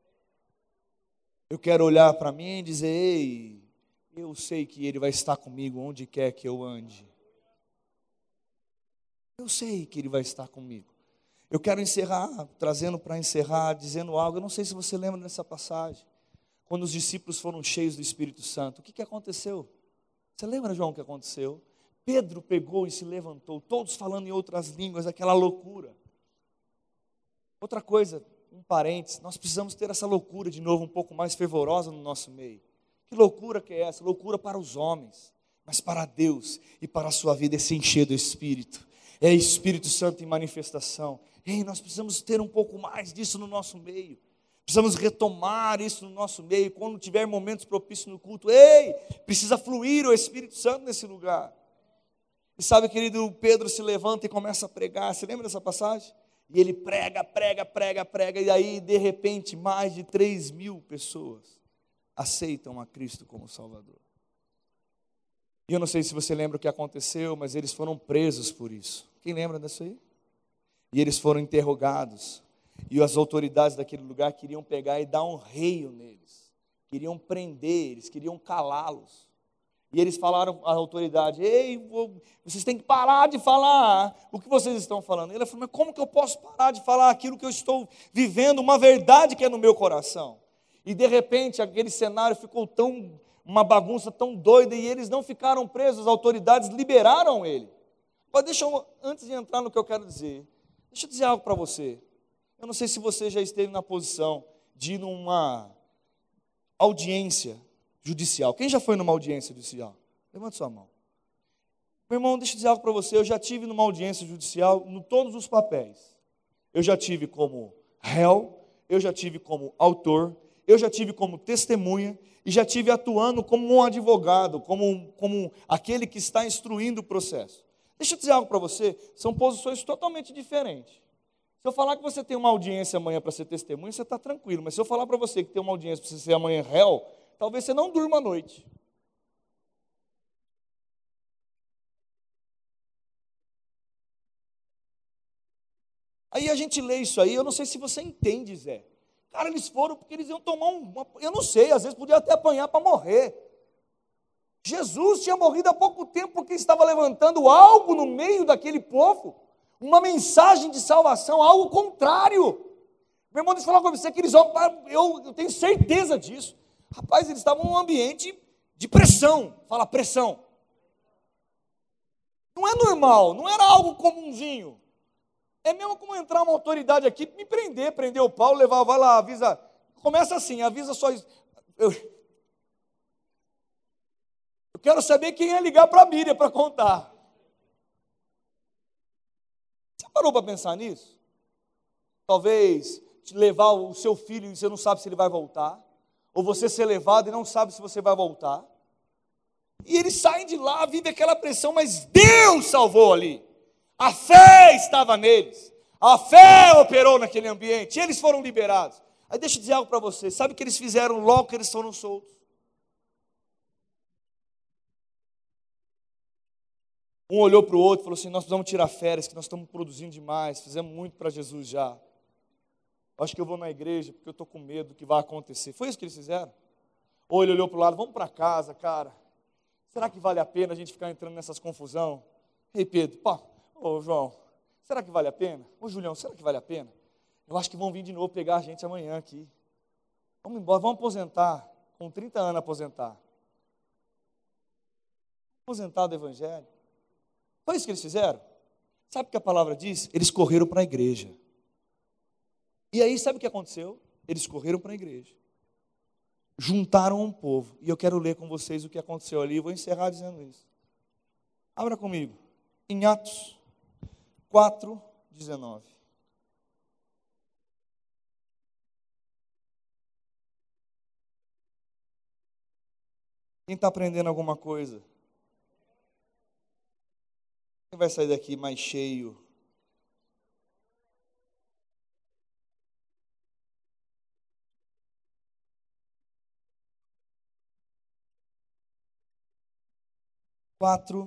Eu quero olhar para mim e dizer: ei, eu sei que Ele vai estar comigo onde quer que eu ande. Eu sei que Ele vai estar comigo. Eu quero encerrar, trazendo para encerrar, dizendo algo. Eu não sei se você lembra dessa passagem. Quando os discípulos foram cheios do Espírito Santo, o que, que aconteceu? Você lembra, João, o que aconteceu? Pedro pegou e se levantou, todos falando em outras línguas, aquela loucura. Outra coisa, um parênteses, nós precisamos ter essa loucura de novo, um pouco mais fervorosa no nosso meio. Que loucura que é essa? Loucura para os homens, mas para Deus e para a sua vida é se encher do Espírito. É Espírito Santo em manifestação. Ei, nós precisamos ter um pouco mais disso no nosso meio. Precisamos retomar isso no nosso meio. Quando tiver momentos propícios no culto, ei, precisa fluir o Espírito Santo nesse lugar. E sabe, querido, Pedro se levanta e começa a pregar. Você lembra dessa passagem? E ele prega, prega, prega, prega. E aí, de repente, mais de três mil pessoas aceitam a Cristo como Salvador. E eu não sei se você lembra o que aconteceu, mas eles foram presos por isso. Quem lembra disso aí? E eles foram interrogados. E as autoridades daquele lugar queriam pegar e dar um reio neles. Queriam prender eles, queriam calá-los. E eles falaram à autoridade: ei, vocês têm que parar de falar o que vocês estão falando. Ele falou: mas como que eu posso parar de falar aquilo que eu estou vivendo, uma verdade que é no meu coração? E de repente aquele cenário ficou tão, uma bagunça tão doida, e eles não ficaram presos, as autoridades liberaram ele. Mas deixa eu, antes de entrar no que eu quero dizer, deixa eu dizer algo para você. Eu não sei se você já esteve na posição de ir numa audiência judicial. Quem já foi numa audiência judicial? Levanta sua mão. Meu irmão, deixa eu dizer algo para você. Eu já tive numa audiência judicial, em todos os papéis. Eu já tive como réu, eu já tive como autor, eu já tive como testemunha, e já tive atuando como um advogado, como, como aquele que está instruindo o processo. Deixa eu dizer algo para você, são posições totalmente diferentes. Se eu falar que você tem uma audiência amanhã para ser testemunha, você está tranquilo. Mas se eu falar para você que tem uma audiência para você ser amanhã réu, talvez você não durma à noite. Aí a gente lê isso aí, eu não sei se você entende, Zé. Cara, eles foram porque eles iam tomar um... Uma, eu não sei, às vezes podia até apanhar para morrer. Jesus tinha morrido há pouco tempo porque estava levantando algo no meio daquele povo, uma mensagem de salvação, algo contrário. Meu irmão, deixa eu falar com você, aqueles homens, eu, eu tenho certeza disso. Rapaz, eles estavam num ambiente de pressão, fala pressão. Não é normal, não era algo comunzinho. É mesmo como entrar uma autoridade aqui, me prender, prender o Paulo, levar, vai lá, avisa. Começa assim, avisa só isso. Eu, eu quero saber quem ia ligar para a Miriam para contar. Você parou para pensar nisso? Talvez te levar o seu filho e você não sabe se ele vai voltar. Ou você ser levado e não sabe se você vai voltar. E eles saem de lá, vivem aquela pressão, mas Deus salvou ali. A fé estava neles. A fé operou naquele ambiente. E eles foram liberados. Aí deixa eu dizer algo para você. Sabe o que eles fizeram logo que eles foram soltos? Um olhou para o outro e falou assim, nós precisamos tirar férias, que nós estamos produzindo demais, fizemos muito para Jesus já. Acho que eu vou na igreja porque eu estou com medo do que vai acontecer. Foi isso que eles fizeram? Ou ele olhou para o lado, vamos para casa, cara. Será que vale a pena a gente ficar entrando nessas confusão? Ei, Pedro, pá, ô João, será que vale a pena? Ô Julião, será que vale a pena? Eu acho que vão vir de novo pegar a gente amanhã aqui. Vamos embora, vamos aposentar. Com trinta anos aposentar. Aposentar do evangelho. Foi isso que eles fizeram? Sabe o que a palavra diz? Eles correram para a igreja. E aí, sabe o que aconteceu? Eles correram para a igreja. Juntaram um povo. E eu quero ler com vocês o que aconteceu ali. Vou encerrar dizendo isso. Abra comigo. Em Atos quatro, dezenove. Quem está aprendendo alguma coisa? Quem vai sair daqui mais cheio? quatro.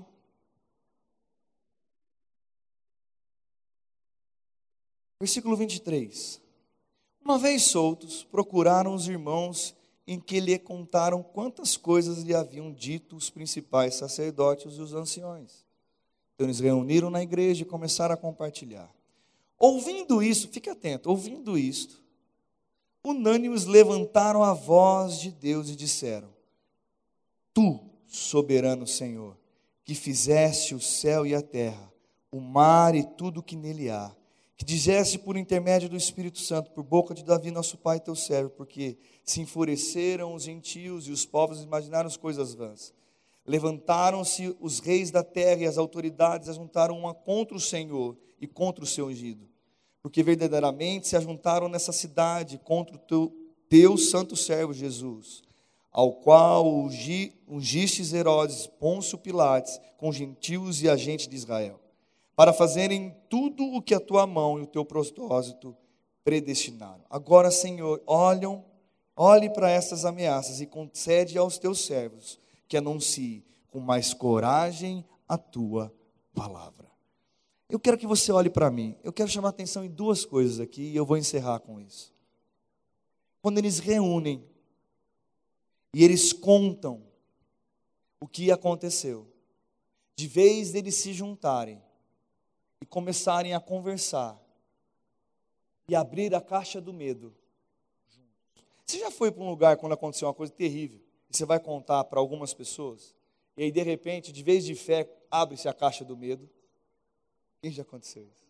Versículo vinte e três. Uma vez soltos, procuraram os irmãos em que lhe contaram quantas coisas lhe haviam dito os principais sacerdotes e os anciões. Então eles reuniram na igreja e começaram a compartilhar. Ouvindo isso, fique atento, ouvindo isto, unânimes levantaram a voz de Deus e disseram: Tu, soberano Senhor, que fizeste o céu e a terra, o mar e tudo o que nele há, que disseste por intermédio do Espírito Santo, por boca de Davi, nosso pai, teu servo, porque se enfureceram os gentios e os povos imaginaram as coisas vãs. Levantaram-se os reis da terra e as autoridades ajuntaram uma contra o Senhor e contra o seu ungido, porque verdadeiramente se ajuntaram nessa cidade contra o teu, teu santo servo Jesus, ao qual ungistes Herodes, Pôncio Pilatos, com gentios e agentes de Israel, para fazerem tudo o que a tua mão e o teu propósito predestinaram. Agora, Senhor, olham, olhe para essas ameaças e concede aos teus servos que anuncie com mais coragem a tua palavra. Eu quero que você olhe para mim. Eu quero chamar a atenção em duas coisas aqui e eu vou encerrar com isso. Quando eles reúnem e eles contam o que aconteceu, de vez deles se juntarem e começarem a conversar e abrir a caixa do medo. Você já foi para um lugar quando aconteceu uma coisa terrível e você vai contar para algumas pessoas e aí de repente, de vez de fé, abre-se a caixa do medo? Quem já aconteceu isso?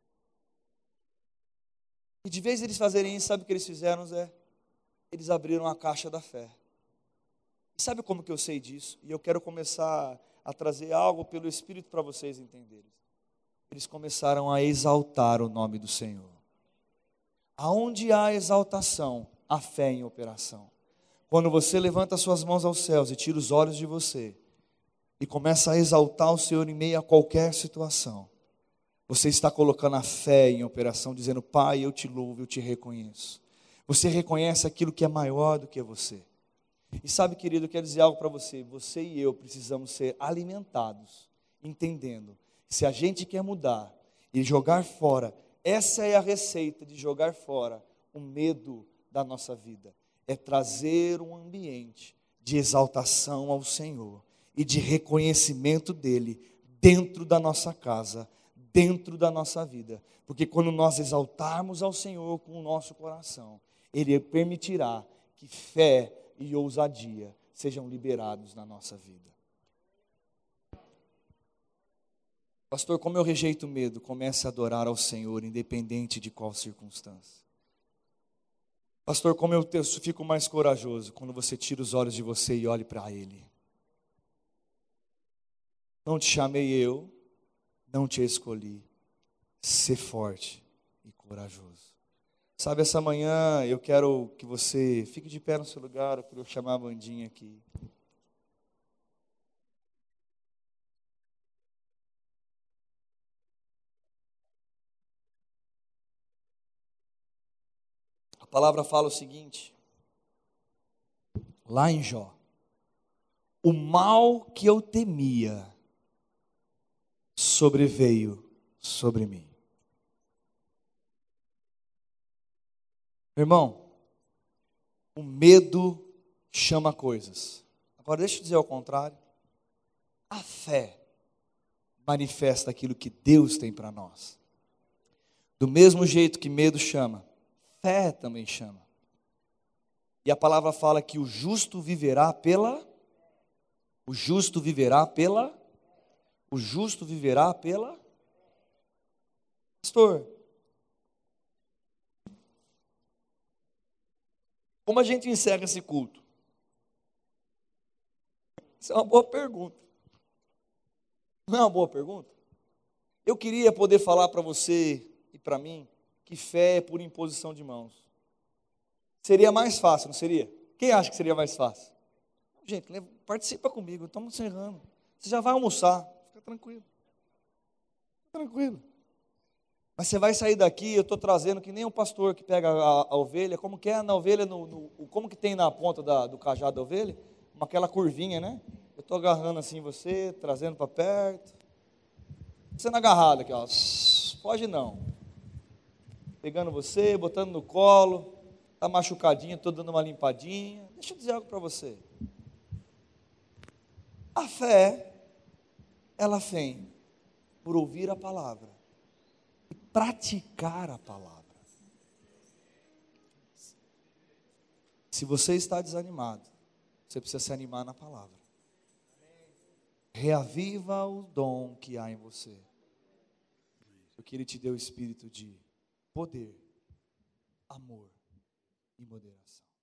E de vez eles fazerem isso, sabe o que eles fizeram, Zé? Eles abriram a caixa da fé. E sabe como que eu sei disso? E eu quero começar a trazer algo pelo Espírito para vocês entenderem. Eles começaram a exaltar o nome do Senhor. Aonde há exaltação, há fé em operação. Quando você levanta suas mãos aos céus e tira os olhos de você e começa a exaltar o Senhor em meio a qualquer situação, você está colocando a fé em operação, dizendo: Pai, eu te louvo, eu te reconheço. Você reconhece aquilo que é maior do que você. E sabe, querido, eu quero dizer algo para você. Você e eu precisamos ser alimentados, entendendo que se a gente quer mudar e jogar fora, essa é a receita de jogar fora o medo da nossa vida. É trazer um ambiente de exaltação ao Senhor e de reconhecimento dEle dentro da nossa casa, dentro da nossa vida. Porque quando nós exaltarmos ao Senhor com o nosso coração, Ele permitirá que fé e ousadia sejam liberados na nossa vida. Pastor, como eu rejeito o medo? Comece a adorar ao Senhor, independente de qual circunstância. Pastor, como eu fico mais corajoso? Quando você tira os olhos de você e olhe para Ele. Não te chamei eu, não te escolhi. Ser forte e corajoso. Sabe, essa manhã eu quero que você fique de pé no seu lugar. Eu quero chamar a bandinha aqui. A palavra fala o seguinte, lá em Jó: o mal que eu temia sobreveio sobre mim. Irmão, o medo chama coisas. Agora deixa eu dizer ao contrário. A fé manifesta aquilo que Deus tem para nós. Do mesmo jeito que medo chama, fé também chama. E a palavra fala que o justo viverá pela... O justo viverá pela... O justo viverá pela... Pastor, como a gente encerra esse culto? Isso é uma boa pergunta. Não é uma boa pergunta? Eu queria poder falar para você e para mim que fé é por imposição de mãos. Seria mais fácil, não seria? Quem acha que seria mais fácil? Gente, participa comigo, estamos encerrando. Você já vai almoçar, fica tranquilo. Fica tranquilo. Mas você vai sair daqui, eu estou trazendo que nem um pastor que pega a, a ovelha, como que é na ovelha, no, no, como que tem na ponta da, do cajado da ovelha? Uma, aquela curvinha, né? Eu estou agarrando assim você, trazendo para perto. Sendo agarrado aqui, ó. Pode não. Pegando você, botando no colo, está machucadinha, estou dando uma limpadinha. Deixa eu dizer algo para você. A fé, ela vem por ouvir a palavra. Praticar a palavra. Se você está desanimado, você precisa se animar na palavra. Reaviva o dom que há em você. Porque Ele te deu o espírito de poder, amor e moderação.